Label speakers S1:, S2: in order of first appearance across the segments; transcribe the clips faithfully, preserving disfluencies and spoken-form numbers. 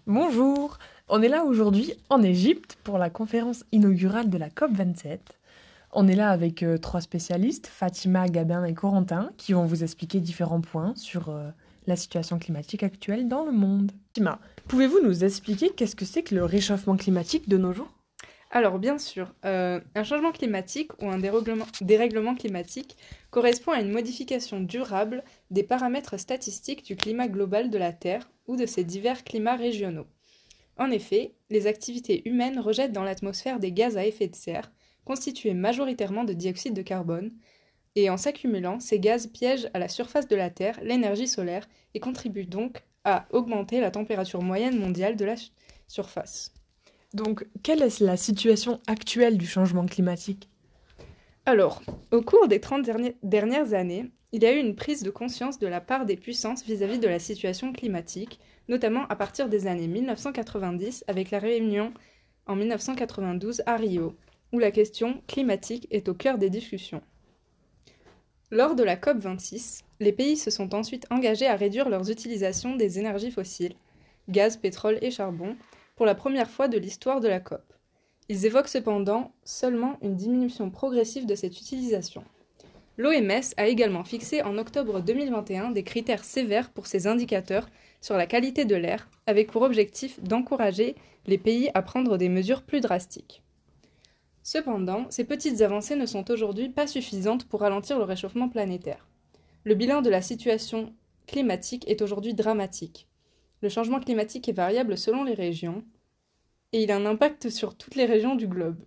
S1: Bonjour, on est là aujourd'hui en Égypte pour la conférence inaugurale de la COP vingt-sept. On est là avec euh, trois spécialistes, Fatima, Gabin et Corentin, qui vont vous expliquer différents points sur euh, la situation climatique actuelle dans le monde. Fatima, pouvez-vous nous expliquer qu'est-ce que c'est que le réchauffement climatique de nos jours?
S2: Alors bien sûr, euh, un changement climatique ou un dérèglement, dérèglement climatique correspond à une modification durable des paramètres statistiques du climat global de la Terre ou de ses divers climats régionaux. En effet, les activités humaines rejettent dans l'atmosphère des gaz à effet de serre, constitués majoritairement de dioxyde de carbone, et en s'accumulant, ces gaz piègent à la surface de la Terre l'énergie solaire et contribuent donc à augmenter la température moyenne mondiale de la surface.
S1: Donc, quelle est la situation actuelle du changement climatique?
S2: Alors, au cours des trente dernières années, il y a eu une prise de conscience de la part des puissances vis-à-vis de la situation climatique, notamment à partir des années mille neuf cent quatre-vingt-dix avec la réunion en mille neuf cent quatre-vingt-douze à Rio, où la question climatique est au cœur des discussions. Lors de la COP vingt-six, les pays se sont ensuite engagés à réduire leurs utilisations des énergies fossiles, gaz, pétrole et charbon, pour la première fois de l'histoire de la COP. Ils évoquent cependant seulement une diminution progressive de cette utilisation. L'O M S a également fixé en octobre deux mille vingt et un des critères sévères pour ces indicateurs sur la qualité de l'air, avec pour objectif d'encourager les pays à prendre des mesures plus drastiques. Cependant, ces petites avancées ne sont aujourd'hui pas suffisantes pour ralentir le réchauffement planétaire. Le bilan de la situation climatique est aujourd'hui dramatique. Le changement climatique est variable selon les régions et il a un impact sur toutes les régions du globe.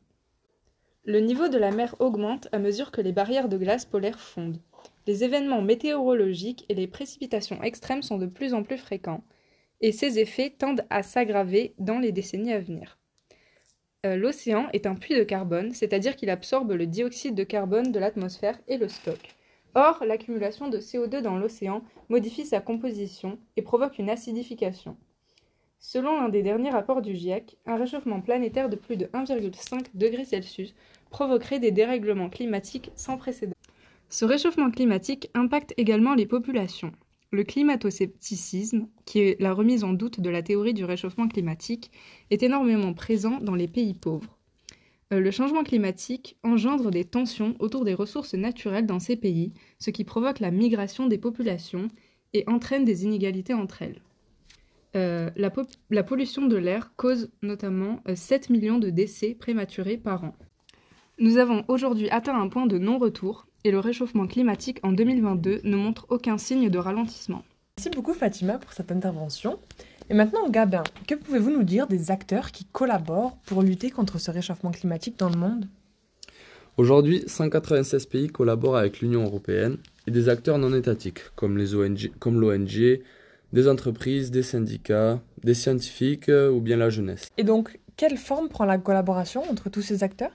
S2: Le niveau de la mer augmente à mesure que les barrières de glace polaire fondent. Les événements météorologiques et les précipitations extrêmes sont de plus en plus fréquents et ces effets tendent à s'aggraver dans les décennies à venir. Euh, l'océan est un puits de carbone, c'est-à-dire qu'il absorbe le dioxyde de carbone de l'atmosphère et le stocke. Or, l'accumulation de C O deux dans l'océan modifie sa composition et provoque une acidification. Selon l'un des derniers rapports du GIEC, un réchauffement planétaire de plus de un virgule cinq degré Celsius provoquerait des dérèglements climatiques sans précédent. Ce réchauffement climatique impacte également les populations. Le climato-scepticisme, qui est la remise en doute de la théorie du réchauffement climatique, est énormément présent dans les pays pauvres. Le changement climatique engendre des tensions autour des ressources naturelles dans ces pays, ce qui provoque la migration des populations et entraîne des inégalités entre elles. Euh, la, po- la pollution de l'air cause notamment euh, sept millions de décès prématurés par an. Nous avons aujourd'hui atteint un point de non-retour et le réchauffement climatique en deux mille vingt-deux ne montre aucun signe de ralentissement.
S1: Merci beaucoup Fatima pour cette intervention. Et maintenant, Gabin, que pouvez-vous nous dire des acteurs qui collaborent pour lutter contre ce réchauffement climatique dans le monde?
S3: Aujourd'hui, cent quatre-vingt-seize pays collaborent avec l'Union européenne et des acteurs non étatiques, comme les O N G, comme l'O N G, des entreprises, des syndicats, des scientifiques euh, ou bien la jeunesse.
S1: Et donc, quelle forme prend la collaboration entre tous ces acteurs?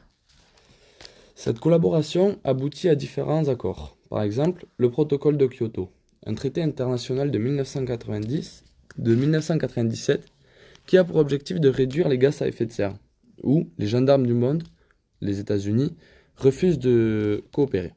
S3: Cette collaboration aboutit à différents accords. Par exemple, le protocole de Kyoto, un traité international de mille neuf cent quatre-vingt-dix, de mille neuf cent quatre-vingt-dix-sept qui a pour objectif de réduire les gaz à effet de serre, où les gendarmes du monde, les États-Unis, refusent de coopérer.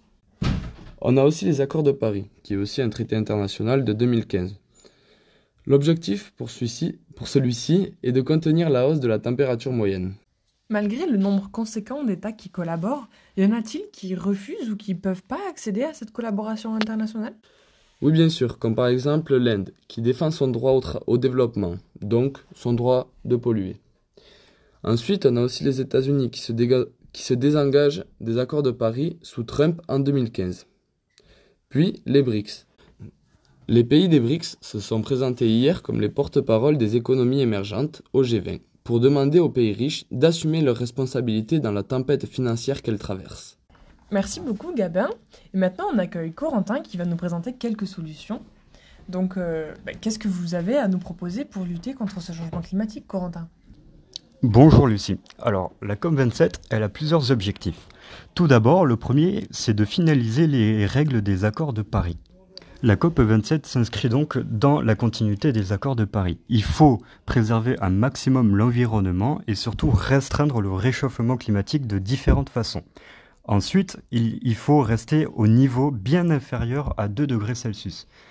S3: On a aussi les accords de Paris, qui est aussi un traité international de deux mille quinze. L'objectif pour celui-ci, pour celui-ci est de contenir la hausse de la température moyenne.
S1: Malgré le nombre conséquent d'États qui collaborent, y en a-t-il qui refusent ou qui ne peuvent pas accéder à cette collaboration internationale?
S3: Oui, bien sûr, comme par exemple l'Inde, qui défend son droit au, tra- au développement, donc son droit de polluer. Ensuite, on a aussi les États-Unis qui se, déga- qui se désengagent des accords de Paris sous Trump en deux mille quinze. Puis, les B R I C S. Les pays des B R I C S se sont présentés hier comme les porte-paroles des économies émergentes au G vingt, pour demander aux pays riches d'assumer leurs responsabilités dans la tempête financière qu'elles traversent.
S1: Merci beaucoup Gabin. Et maintenant, on accueille Corentin qui va nous présenter quelques solutions. Donc, euh, bah, qu'est-ce que vous avez à nous proposer pour lutter contre ce changement climatique, Corentin?
S4: Bonjour Lucie. Alors, la COP vingt-sept, elle a plusieurs objectifs. Tout d'abord, le premier, c'est de finaliser les règles des accords de Paris. La COP vingt-sept s'inscrit donc dans la continuité des accords de Paris. Il faut préserver un maximum l'environnement et surtout restreindre le réchauffement climatique de différentes façons. Ensuite, il, il faut rester au niveau bien inférieur à deux degrés Celsius.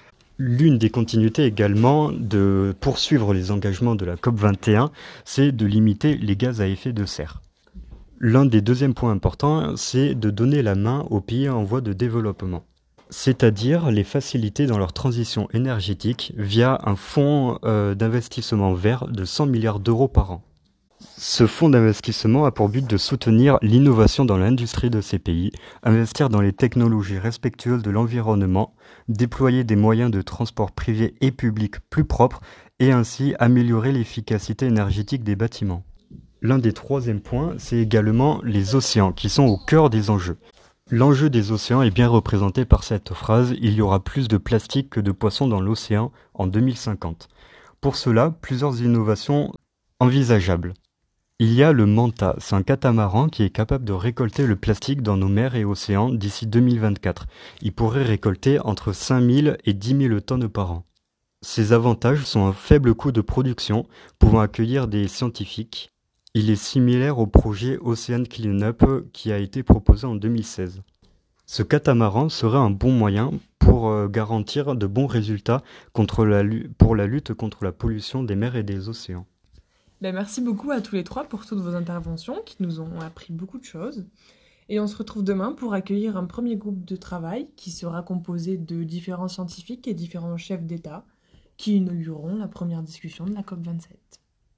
S4: L'une des continuités également de poursuivre les engagements de la COP vingt et un, c'est de limiter les gaz à effet de serre. L'un des deuxièmes points importants, c'est de donner la main aux pays en voie de développement, c'est-à-dire les faciliter dans leur transition énergétique via un fonds euh, d'investissement vert de cent milliards d'euros par an. Ce fonds d'investissement a pour but de soutenir l'innovation dans l'industrie de ces pays, investir dans les technologies respectueuses de l'environnement, déployer des moyens de transport privés et publics plus propres et ainsi améliorer l'efficacité énergétique des bâtiments. L'un des troisièmes points, c'est également les océans qui sont au cœur des enjeux. L'enjeu des océans est bien représenté par cette phrase « Il y aura plus de plastique que de poissons dans l'océan en deux mille cinquante ». Pour cela, plusieurs innovations envisageables. Il y a le Manta, c'est un catamaran qui est capable de récolter le plastique dans nos mers et océans d'ici deux mille vingt-quatre. Il pourrait récolter entre cinq mille et dix mille tonnes par an. Ses avantages sont un faible coût de production, pouvant accueillir des scientifiques. Il est similaire au projet Ocean Cleanup qui a été proposé en deux mille seize. Ce catamaran serait un bon moyen pour euh, garantir de bons résultats contre la, pour la lutte contre la pollution des mers et des océans.
S1: Ben, merci beaucoup à tous les trois pour toutes vos interventions qui nous ont appris beaucoup de choses. Et on se retrouve demain pour accueillir un premier groupe de travail qui sera composé de différents scientifiques et différents chefs d'État qui inaugureront la première discussion de la COP vingt-sept.